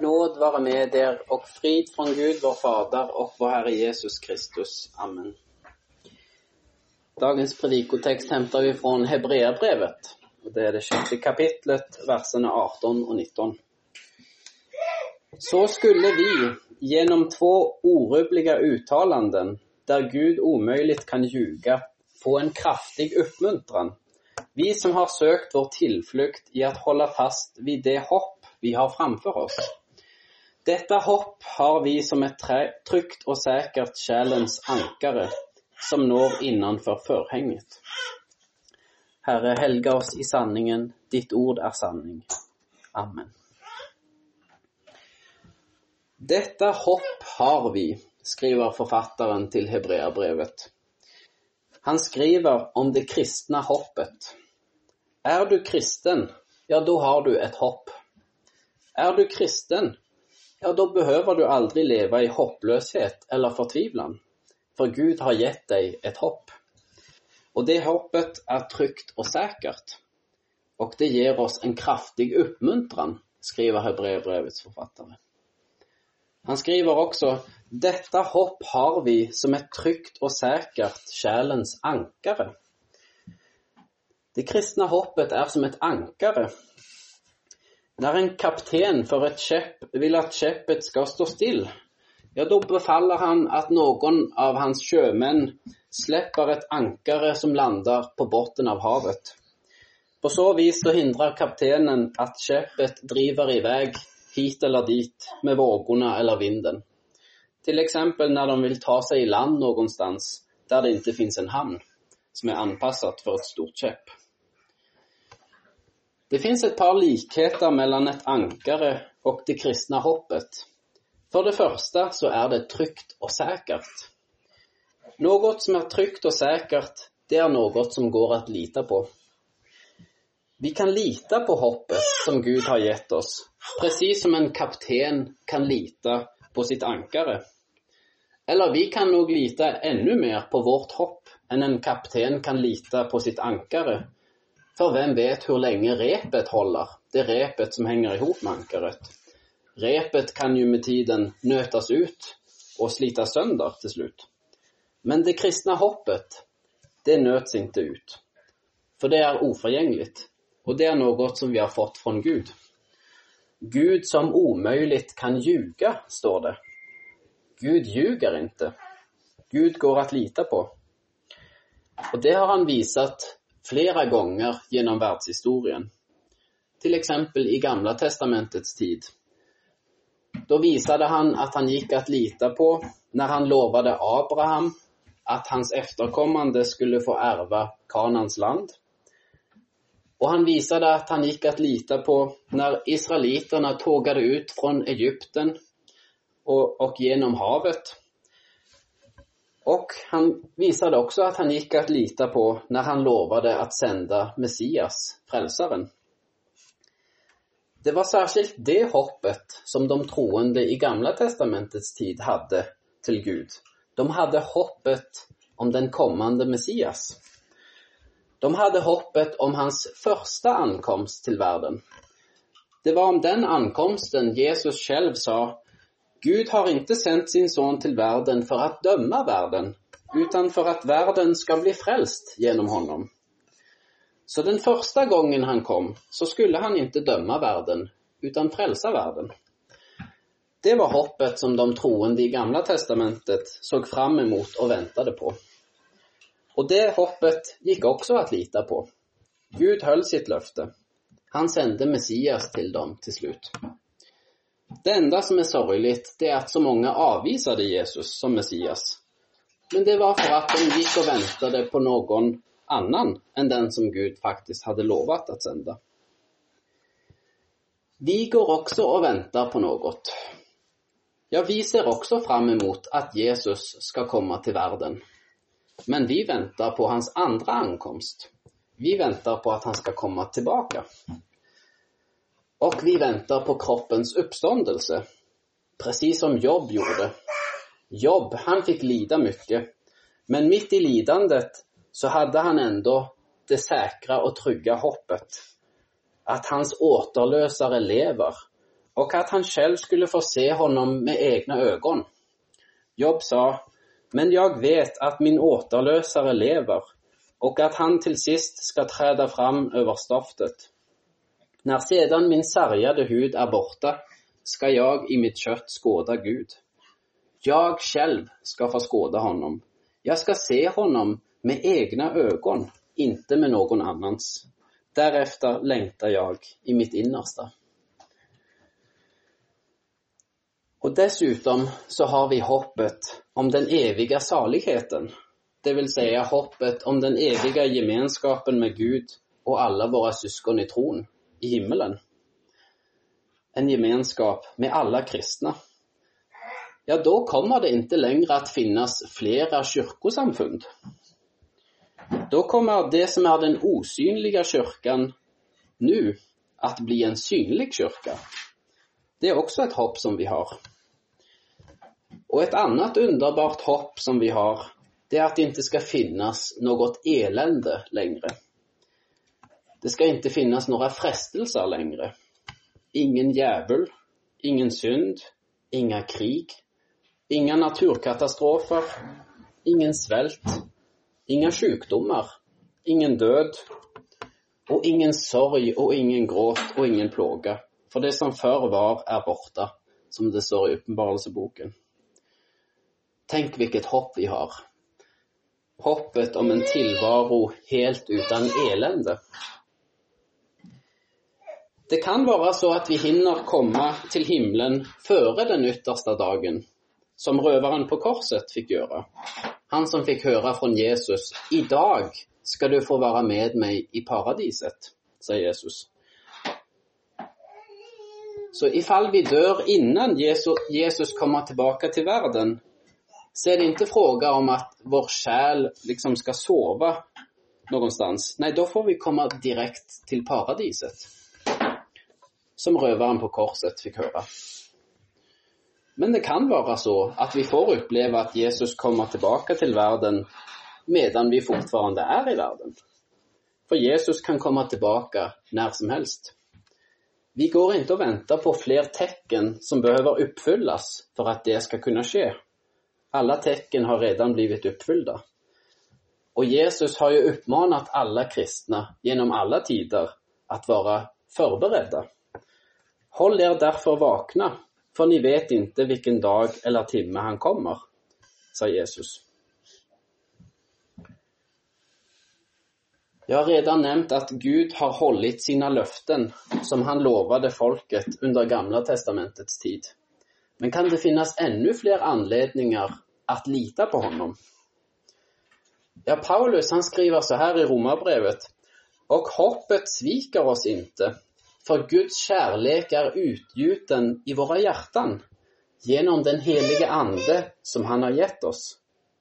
Nåd vare med er och frid från Gud vår Fader och vår Herre Jesus Kristus. Amen. Dagens predikotext hämtar vi från Hebreerbrevet. Det är det 6:e kapitlet, verserna 18 och 19. Så skulle vi genom två orubbliga uttalanden, där Gud omöjligt kan ljuga, få en kraftig uppmuntran. Vi som har sökt vår tillflykt i att hålla fast vid det hopp vi har framför oss. Detta hopp har vi som ett tryggt och säkert själens ankare som når innanför förhänget. Herre, helga oss i sanningen, ditt ord är sanning. Amen. Detta hopp har vi, skriver författaren till Hebreerbrevet. Han skriver om det kristna hoppet. Är du kristen, ja då har du ett hopp. Är du kristen, ja då behöver du aldrig leva i hopplöshet eller förtvivlan. För Gud har gett dig ett hopp. Och det hoppet är tryggt och säkert. Och det ger oss en kraftig uppmuntran, skriver Hebreerbrevets författare. Han skriver också, detta hopp har vi som ett tryggt och säkert själens ankare. Det kristna hoppet är som ett ankare. När en kapten för ett skepp vill att skeppet ska stå still, ja då befaller han att någon av hans sjömän släpper ett ankare som landar på botten av havet. På så vis så hindrar kaptenen att skeppet driver iväg hit eller dit med vågorna eller vinden. Till exempel när de vill ta sig i land någonstans där det inte finns en hamn som är anpassat för ett stort skepp. Det finns ett par likheter mellan ett ankare och det kristna hoppet. För det första så är det tryggt och säkert. Något som är tryggt och säkert, det är något som går att lita på. Vi kan lita på hoppet som Gud har gett oss, precis som en kapten kan lita på sitt ankare. Eller vi kan nog lita ännu mer på vårt hopp än en kapten kan lita på sitt ankare. För vem vet hur länge repet håller, det repet som hänger ihop med ankaret. Repet kan ju med tiden nötas ut och slitas sönder till slut. Men det kristna hoppet, det nöts inte ut. För det är oförgängligt. Och det är något som vi har fått från Gud. Gud som omöjligt kan ljuga, står det. Gud ljuger inte. Gud går att lita på. Och det har han visat flera gånger genom världshistorien. Till exempel i Gamla testamentets tid. Då visade han att han gick att lita på när han lovade Abraham att hans efterkommande skulle få ärva Kanans land. Och han visade att han gick att lita på när israeliterna tågade ut från Egypten och genom havet. Och han visade också att han gick att lita på när han lovade att sända Messias, frälsaren. Det var särskilt det hoppet som de troende i Gamla testamentets tid hade till Gud. De hade hoppet om den kommande Messias. De hade hoppet om hans första ankomst till världen. Det var om den ankomsten Jesus själv sa, Gud har inte sänt sin son till världen för att döma världen, utan för att världen ska bli frälst genom honom. Så den första gången han kom så skulle han inte döma världen, utan frälsa världen. Det var hoppet som de troende i Gamla testamentet såg fram emot och väntade på. Och det hoppet gick också att lita på. Gud höll sitt löfte. Han sände Messias till dem till slut. Det enda som är sorgligt det är att så många avvisade Jesus som Messias. Men det var för att de gick och väntade på någon annan än den som Gud faktiskt hade lovat att sända. Vi går också och väntar på något. Ja, vi ser också fram emot att Jesus ska komma till världen. Men vi väntar på hans andra ankomst. Vi väntar på att han ska komma tillbaka. Och vi väntar på kroppens uppståndelse. Precis som Job gjorde. Job, han fick lida mycket. Men mitt i lidandet så hade han ändå det säkra och trygga hoppet. Att hans återlösare lever och att han själv skulle få se honom med egna ögon. Jobb sa, men jag vet att min återlösare lever och att han till sist ska träda fram över stoftet. När sedan min sargade hud är borta ska jag i mitt kött skåda Gud. Jag själv ska få skåda honom. Jag ska se honom med egna ögon, inte med någon annans. Därefter längtar jag i mitt innersta. Och dessutom så har vi hoppet om den eviga saligheten. Det vill säga hoppet om den eviga gemenskapen med Gud och alla våra syskon i tron i himmelen. En gemenskap med alla kristna. Ja, då kommer det inte längre att finnas flera kyrkosamfund. Då kommer det som är den osynliga kyrkan nu att bli en synlig kyrka. Det är också ett hopp som vi har. Och ett annat underbart hopp som vi har, det är att det inte ska finnas något elände längre. Det ska inte finnas några frestelser längre. Ingen djävul, ingen synd, inga krig, inga naturkatastrofer, ingen svält, inga sjukdomar, ingen död och ingen sorg och ingen gråt och ingen plåga. För det som förr var är borta, som det står i Uppenbarelseboken. Tänk vilket hopp vi har. Hoppet om en tillvaro helt utan elände. Det kan vara så att vi hinner komma till himlen före den yttersta dagen, som rövaren på korset fick göra. Han som fick höra från Jesus, idag ska du få vara med mig i paradiset, säger Jesus. Så ifall vi dör innan Jesus kommer tillbaka till världen, så är det inte fråga om att vår själ liksom ska sova någonstans. Nej, då får vi komma direkt till paradiset. Som rövaren på korset fick höra. Men det kan vara så att vi får uppleva att Jesus kommer tillbaka till världen medan vi fortfarande är i världen. För Jesus kan komma tillbaka när som helst. Vi går inte och väntar på fler tecken som behöver uppfyllas för att det ska kunna ske. Alla tecken har redan blivit uppfyllda. Och Jesus har ju uppmanat alla kristna genom alla tider att vara förberedda. Håll er därför vakna, för ni vet inte vilken dag eller timme han kommer, sa Jesus. Jag har redan nämnt att Gud har hållit sina löften som han lovade folket under Gamla testamentets tid. Men kan det finnas ännu fler anledningar att lita på honom? Ja, Paulus han skriver så här i Romarbrevet. Och hoppet sviker oss inte, för Guds kärlek är utgjuten i våra hjärtan genom den helige ande som han har gett oss.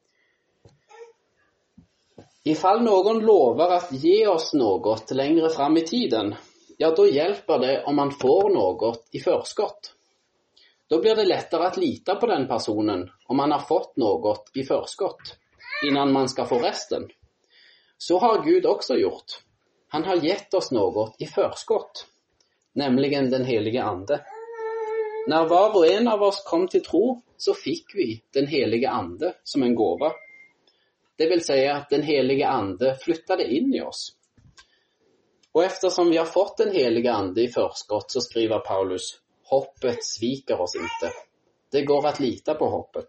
Ifall någon lovar att ge oss något längre fram i tiden, ja då hjälper det om man får något i förskott. Då blir det lättare att lita på den personen om man har fått något i förskott innan man ska få resten. Så har Gud också gjort. Han har gett oss något i förskott, nämligen den helige ande. När var och en av oss kom till tro så fick vi den helige ande som en gåva. Det vill säga att den helige ande flyttade in i oss. Och eftersom vi har fått den helige ande i förskott så skriver Paulus, hoppet sviker oss inte. Det går att lita på hoppet.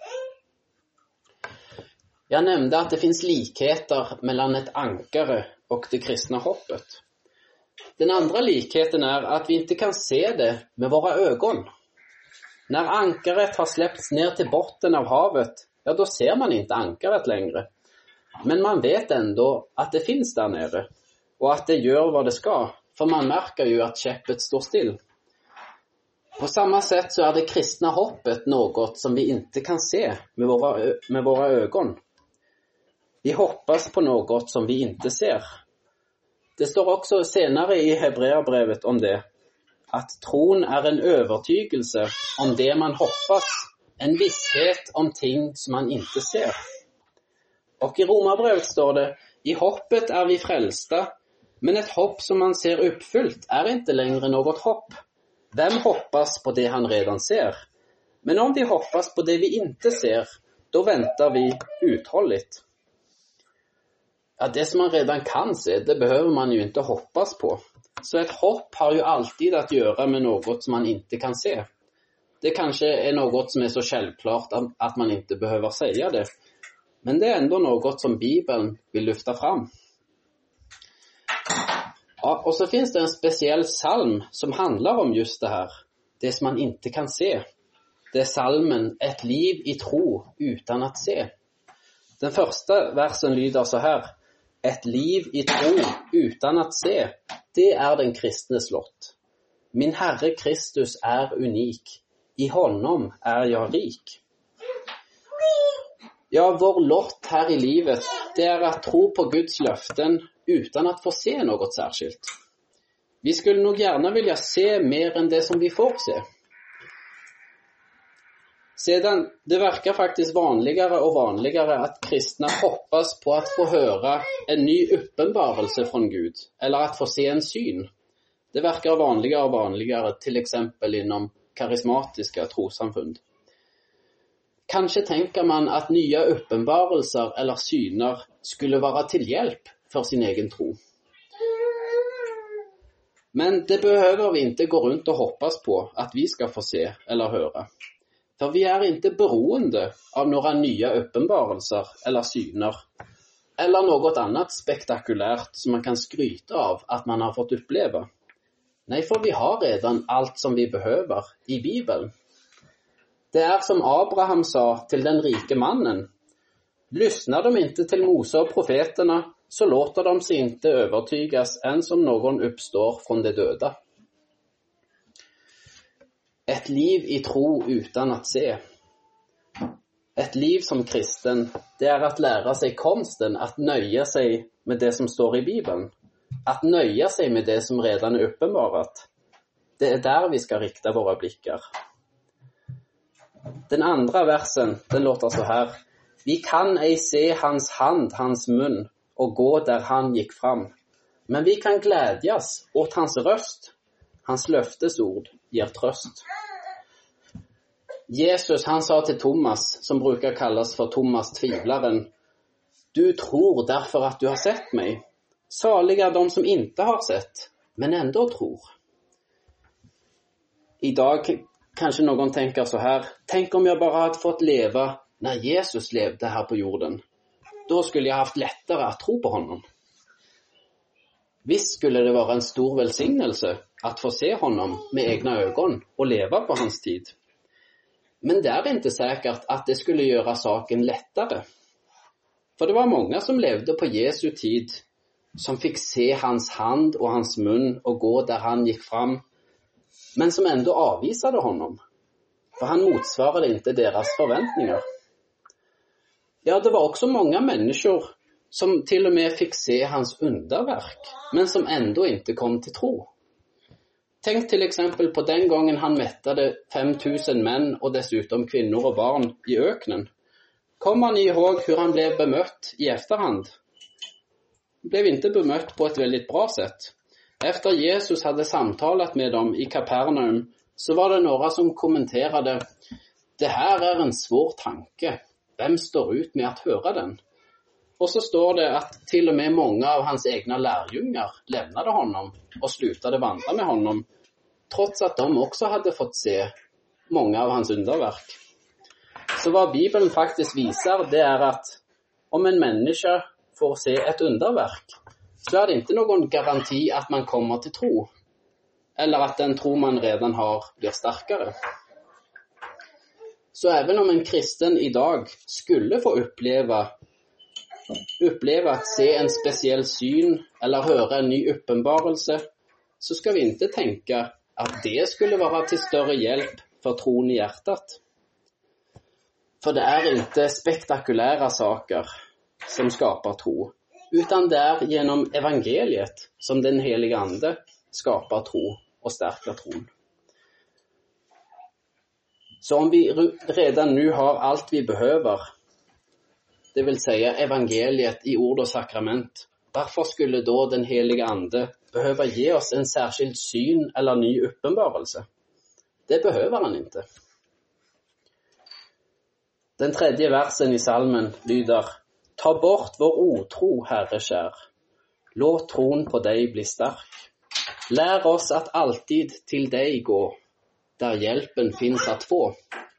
Jag nämnde att det finns likheter mellan ett ankare och det kristna hoppet. Den andra likheten är att vi inte kan se det med våra ögon. När ankaret har släppts ner till botten av havet, ja då ser man inte ankaret längre. Men man vet ändå att det finns där nere och att det gör vad det ska, för man märker ju att skeppet står still. På samma sätt så är det kristna hoppet något som vi inte kan se med våra ögon. Vi hoppas på något som vi inte ser. Det står också senare i Hebreerbrevet om det, att tron är en övertygelse om det man hoppas, en visshet om ting som man inte ser. Och i Romarbrevet står det, i hoppet är vi frälsta, men ett hopp som man ser uppfyllt är inte längre något hopp. Vem hoppas på det han redan ser? Men om vi hoppas på det vi inte ser, då väntar vi uthålligt. Ja, det som man redan kan se, det behöver man ju inte hoppas på. Så ett hopp har ju alltid att göra med något som man inte kan se. Det kanske är något som är så självklart att man inte behöver säga det. Men det är ändå något som Bibeln vill lyfta fram. Ja, och så finns det en speciell psalm som handlar om just det här. Det som man inte kan se. Det är psalmen Ett liv i tro utan att se. Den första versen lyder så här. Ett liv i tro utan att se, det är den kristnes lott. Min Herre Kristus är unik. I honom är jag rik. Ja, vår lott här i livet, det är att tro på Guds löften utan att få se något särskilt. Vi skulle nog gärna vilja se mer än det som vi får se. Sedan, det verkar faktiskt vanligare och vanligare att kristna hoppas på att få höra en ny uppenbarelse från Gud, eller att få se en syn. Det verkar vanligare och vanligare, till exempel inom karismatiska trossamfund. Kanske tänker man att nya uppenbarelser eller syner skulle vara till hjälp för sin egen tro. Men det behöver vi inte gå runt och hoppas på att vi ska få se eller höra. För vi är inte beroende av några nya uppenbarelser eller syner eller något annat spektakulärt som man kan skryta av att man har fått uppleva. Nej, för vi har redan allt som vi behöver i Bibeln. Det är som Abraham sa till den rike mannen. Lyssnar de inte till Mose och profeterna, så låter de sig inte övertygas ens om någon uppstår från de döda. Ett liv i tro utan att se. Ett liv som kristen, det är att lära sig konsten att nöja sig med det som står i Bibeln. Att nöja sig med det som redan är uppenbarat. Det är där vi ska rikta våra blickar. Den andra versen, den låter så här. Vi kan ej se hans hand, hans mun och gå där han gick fram. Men vi kan glädjas åt hans röst. Hans löftesord ger tröst. Jesus, han sa till Thomas, som brukar kallas för Thomas tvivlaren. Du tror därför att du har sett mig. Saliga de som inte har sett, men ändå tror. Idag kanske någon tänker så här. Tänk om jag bara hade fått leva när Jesus levde här på jorden. Då skulle jag haft lättare att tro på honom. Visst skulle det vara en stor välsignelse att få se honom med egna ögon och leva på hans tid. Men det är inte säkert att det skulle göra saken lättare. För det var många som levde på Jesu tid som fick se hans hand och hans mun och gå där han gick fram, men som ändå avvisade honom. För han motsvarade inte deras förväntningar. Ja, det var också många människor som till och med fick se hans underverk, men som ändå inte kom till tro. Tänk till exempel på den gången han mättade 5000 män och dessutom kvinnor och barn i öknen. Kommer ni ihåg hur han blev bemött i efterhand? Han blev inte bemött på ett väldigt bra sätt. Efter Jesus hade samtalat med dem i Kapernaum så var det några som kommenterade: det här är en svår tanke. Vem står ut med att höra den? Och så står det att till och med många av hans egna lärjungar lämnade honom och slutade vandra med honom, trots att de också hade fått se många av hans underverk. Så vad Bibeln faktiskt visar, det är att om en människa får se ett underverk, så är det inte någon garanti att man kommer till tro, eller att den tro man redan har blir starkare. Så även om en kristen idag skulle få uppleva att se en speciell syn eller höra en ny uppenbarelse, så ska vi inte tänka att det skulle vara till större hjälp för tron i hjärtat. För det är inte spektakulära saker som skapar tro, utan det är genom evangeliet som den heliga ande skapar tro och stärker tron. Så om vi redan nu har allt vi behöver, det vill säga evangeliet i ord och sakrament, varför skulle då den heliga ande behöva ge oss en särskild syn eller ny uppenbarelse? Det behöver han inte. Den tredje versen i salmen lyder: Ta bort vår otro, Herre kär. Låt tron på dig bli stark. Lär oss att alltid till dig gå, där hjälpen finns att få.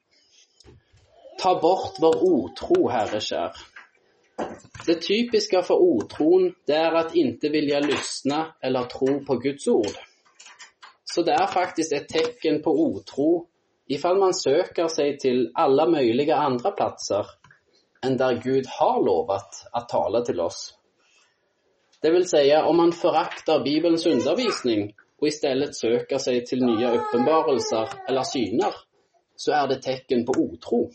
Ta bort vår otro, Herre kär. Det typiska för otron, det är att inte vilja lyssna eller tro på Guds ord. Så det är faktiskt ett tecken på otro ifall man söker sig till alla möjliga andra platser än där Gud har lovat att tala till oss. Det vill säga, om man föraktar Bibelns undervisning och istället söker sig till nya uppenbarelser eller syner, så är det tecken på otro.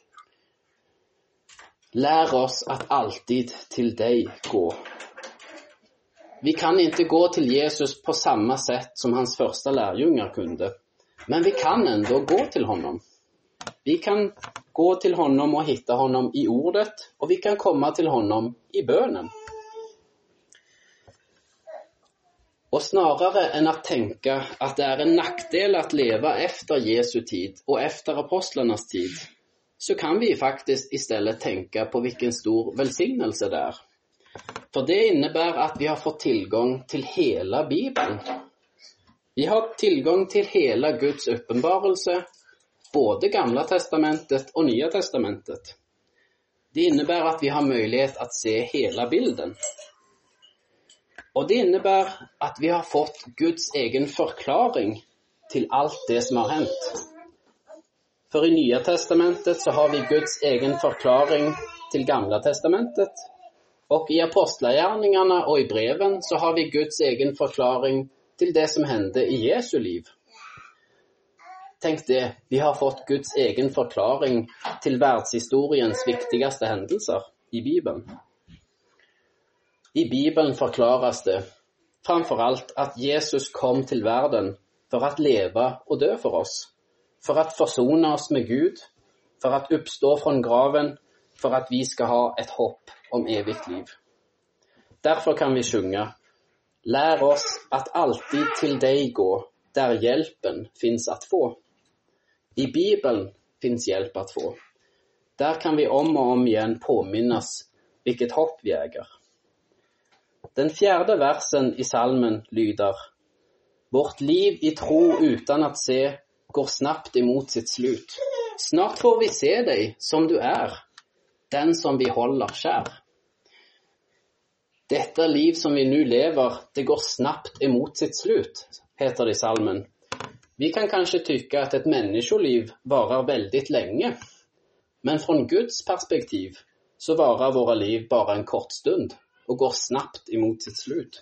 Lär oss att alltid till dig gå. Vi kan inte gå till Jesus på samma sätt som hans första lärjungar kunde. Men vi kan ändå gå till honom. Vi kan gå till honom och hitta honom i ordet, och vi kan komma till honom i bönen. Och snarare än att tänka att det är en nackdel att leva efter Jesu tid och efter apostlarnas tid, så kan vi faktiskt istället tänka på vilken stor välsignelse det är. För det innebär att vi har fått tillgång till hela Bibeln. Vi har tillgång till hela Guds uppenbarelse, både Gamla testamentet och Nya testamentet. Det innebär att vi har möjlighet att se hela bilden. Och det innebär att vi har fått Guds egen förklaring till allt det som har hänt. För i Nya testamentet så har vi Guds egen förklaring till Gamla testamentet. Och i apostlagärningarna och i breven så har vi Guds egen förklaring till det som hände i Jesu liv. Tänk det, vi har fått Guds egen förklaring till världshistoriens viktigaste händelser i Bibeln. I Bibeln förklaras det framförallt att Jesus kom till världen för att leva och dö för oss. För att försona oss med Gud, för att uppstå från graven, för att vi ska ha ett hopp om evigt liv. Därför kan vi sjunga: Lär oss att alltid till dig gå, där hjälpen finns att få. I Bibeln finns hjälp att få. Där kan vi om och om igen påminnas vilket hopp vi äger. Den fjärde versen i salmen lyder: Vårt liv i tro utan att se går snabbt emot sitt slut. Snart får vi se dig som du är, den som vi håller kär. Detta liv som vi nu lever, det går snabbt emot sitt slut, heter det i salmen. Vi kan kanske tycka att ett människoliv varar väldigt länge. Men från Guds perspektiv så varar våra liv bara en kort stund och går snabbt emot sitt slut.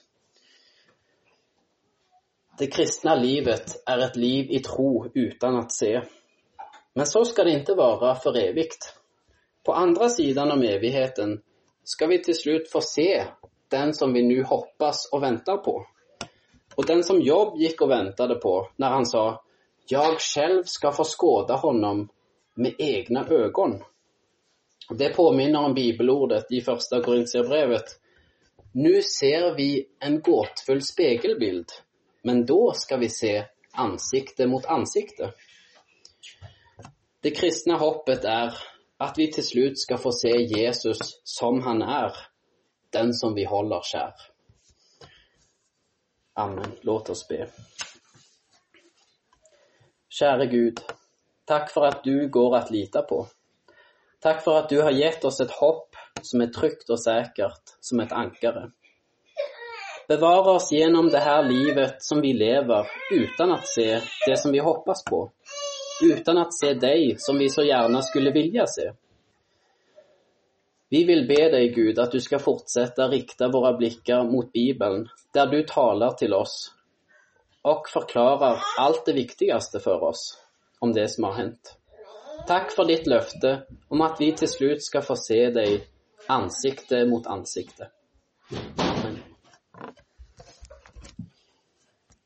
Det kristna livet är ett liv i tro utan att se. Men så ska det inte vara för evigt. På andra sidan om evigheten ska vi till slut få se den som vi nu hoppas och väntar på. Och den som Job gick och väntade på när han sa: Jag själv ska få skåda honom med egna ögon. Det påminner om bibelordet i första Korintierbrevet: Nu ser vi en gåtfull spegelbild, men då ska vi se ansikte mot ansikte. Det kristna hoppet är att vi till slut ska få se Jesus som han är, den som vi håller kär. Amen. Låt oss be. Käre Gud, tack för att du går att lita på. Tack för att du har gett oss ett hopp som är tryggt och säkert som ett ankare. Bevara oss genom det här livet som vi lever utan att se det som vi hoppas på. Utan att se dig som vi så gärna skulle vilja se. Vi vill be dig, Gud, att du ska fortsätta rikta våra blickar mot Bibeln, där du talar till oss och förklarar allt det viktigaste för oss om det som har hänt. Tack för ditt löfte om att vi till slut ska få se dig ansikte mot ansikte.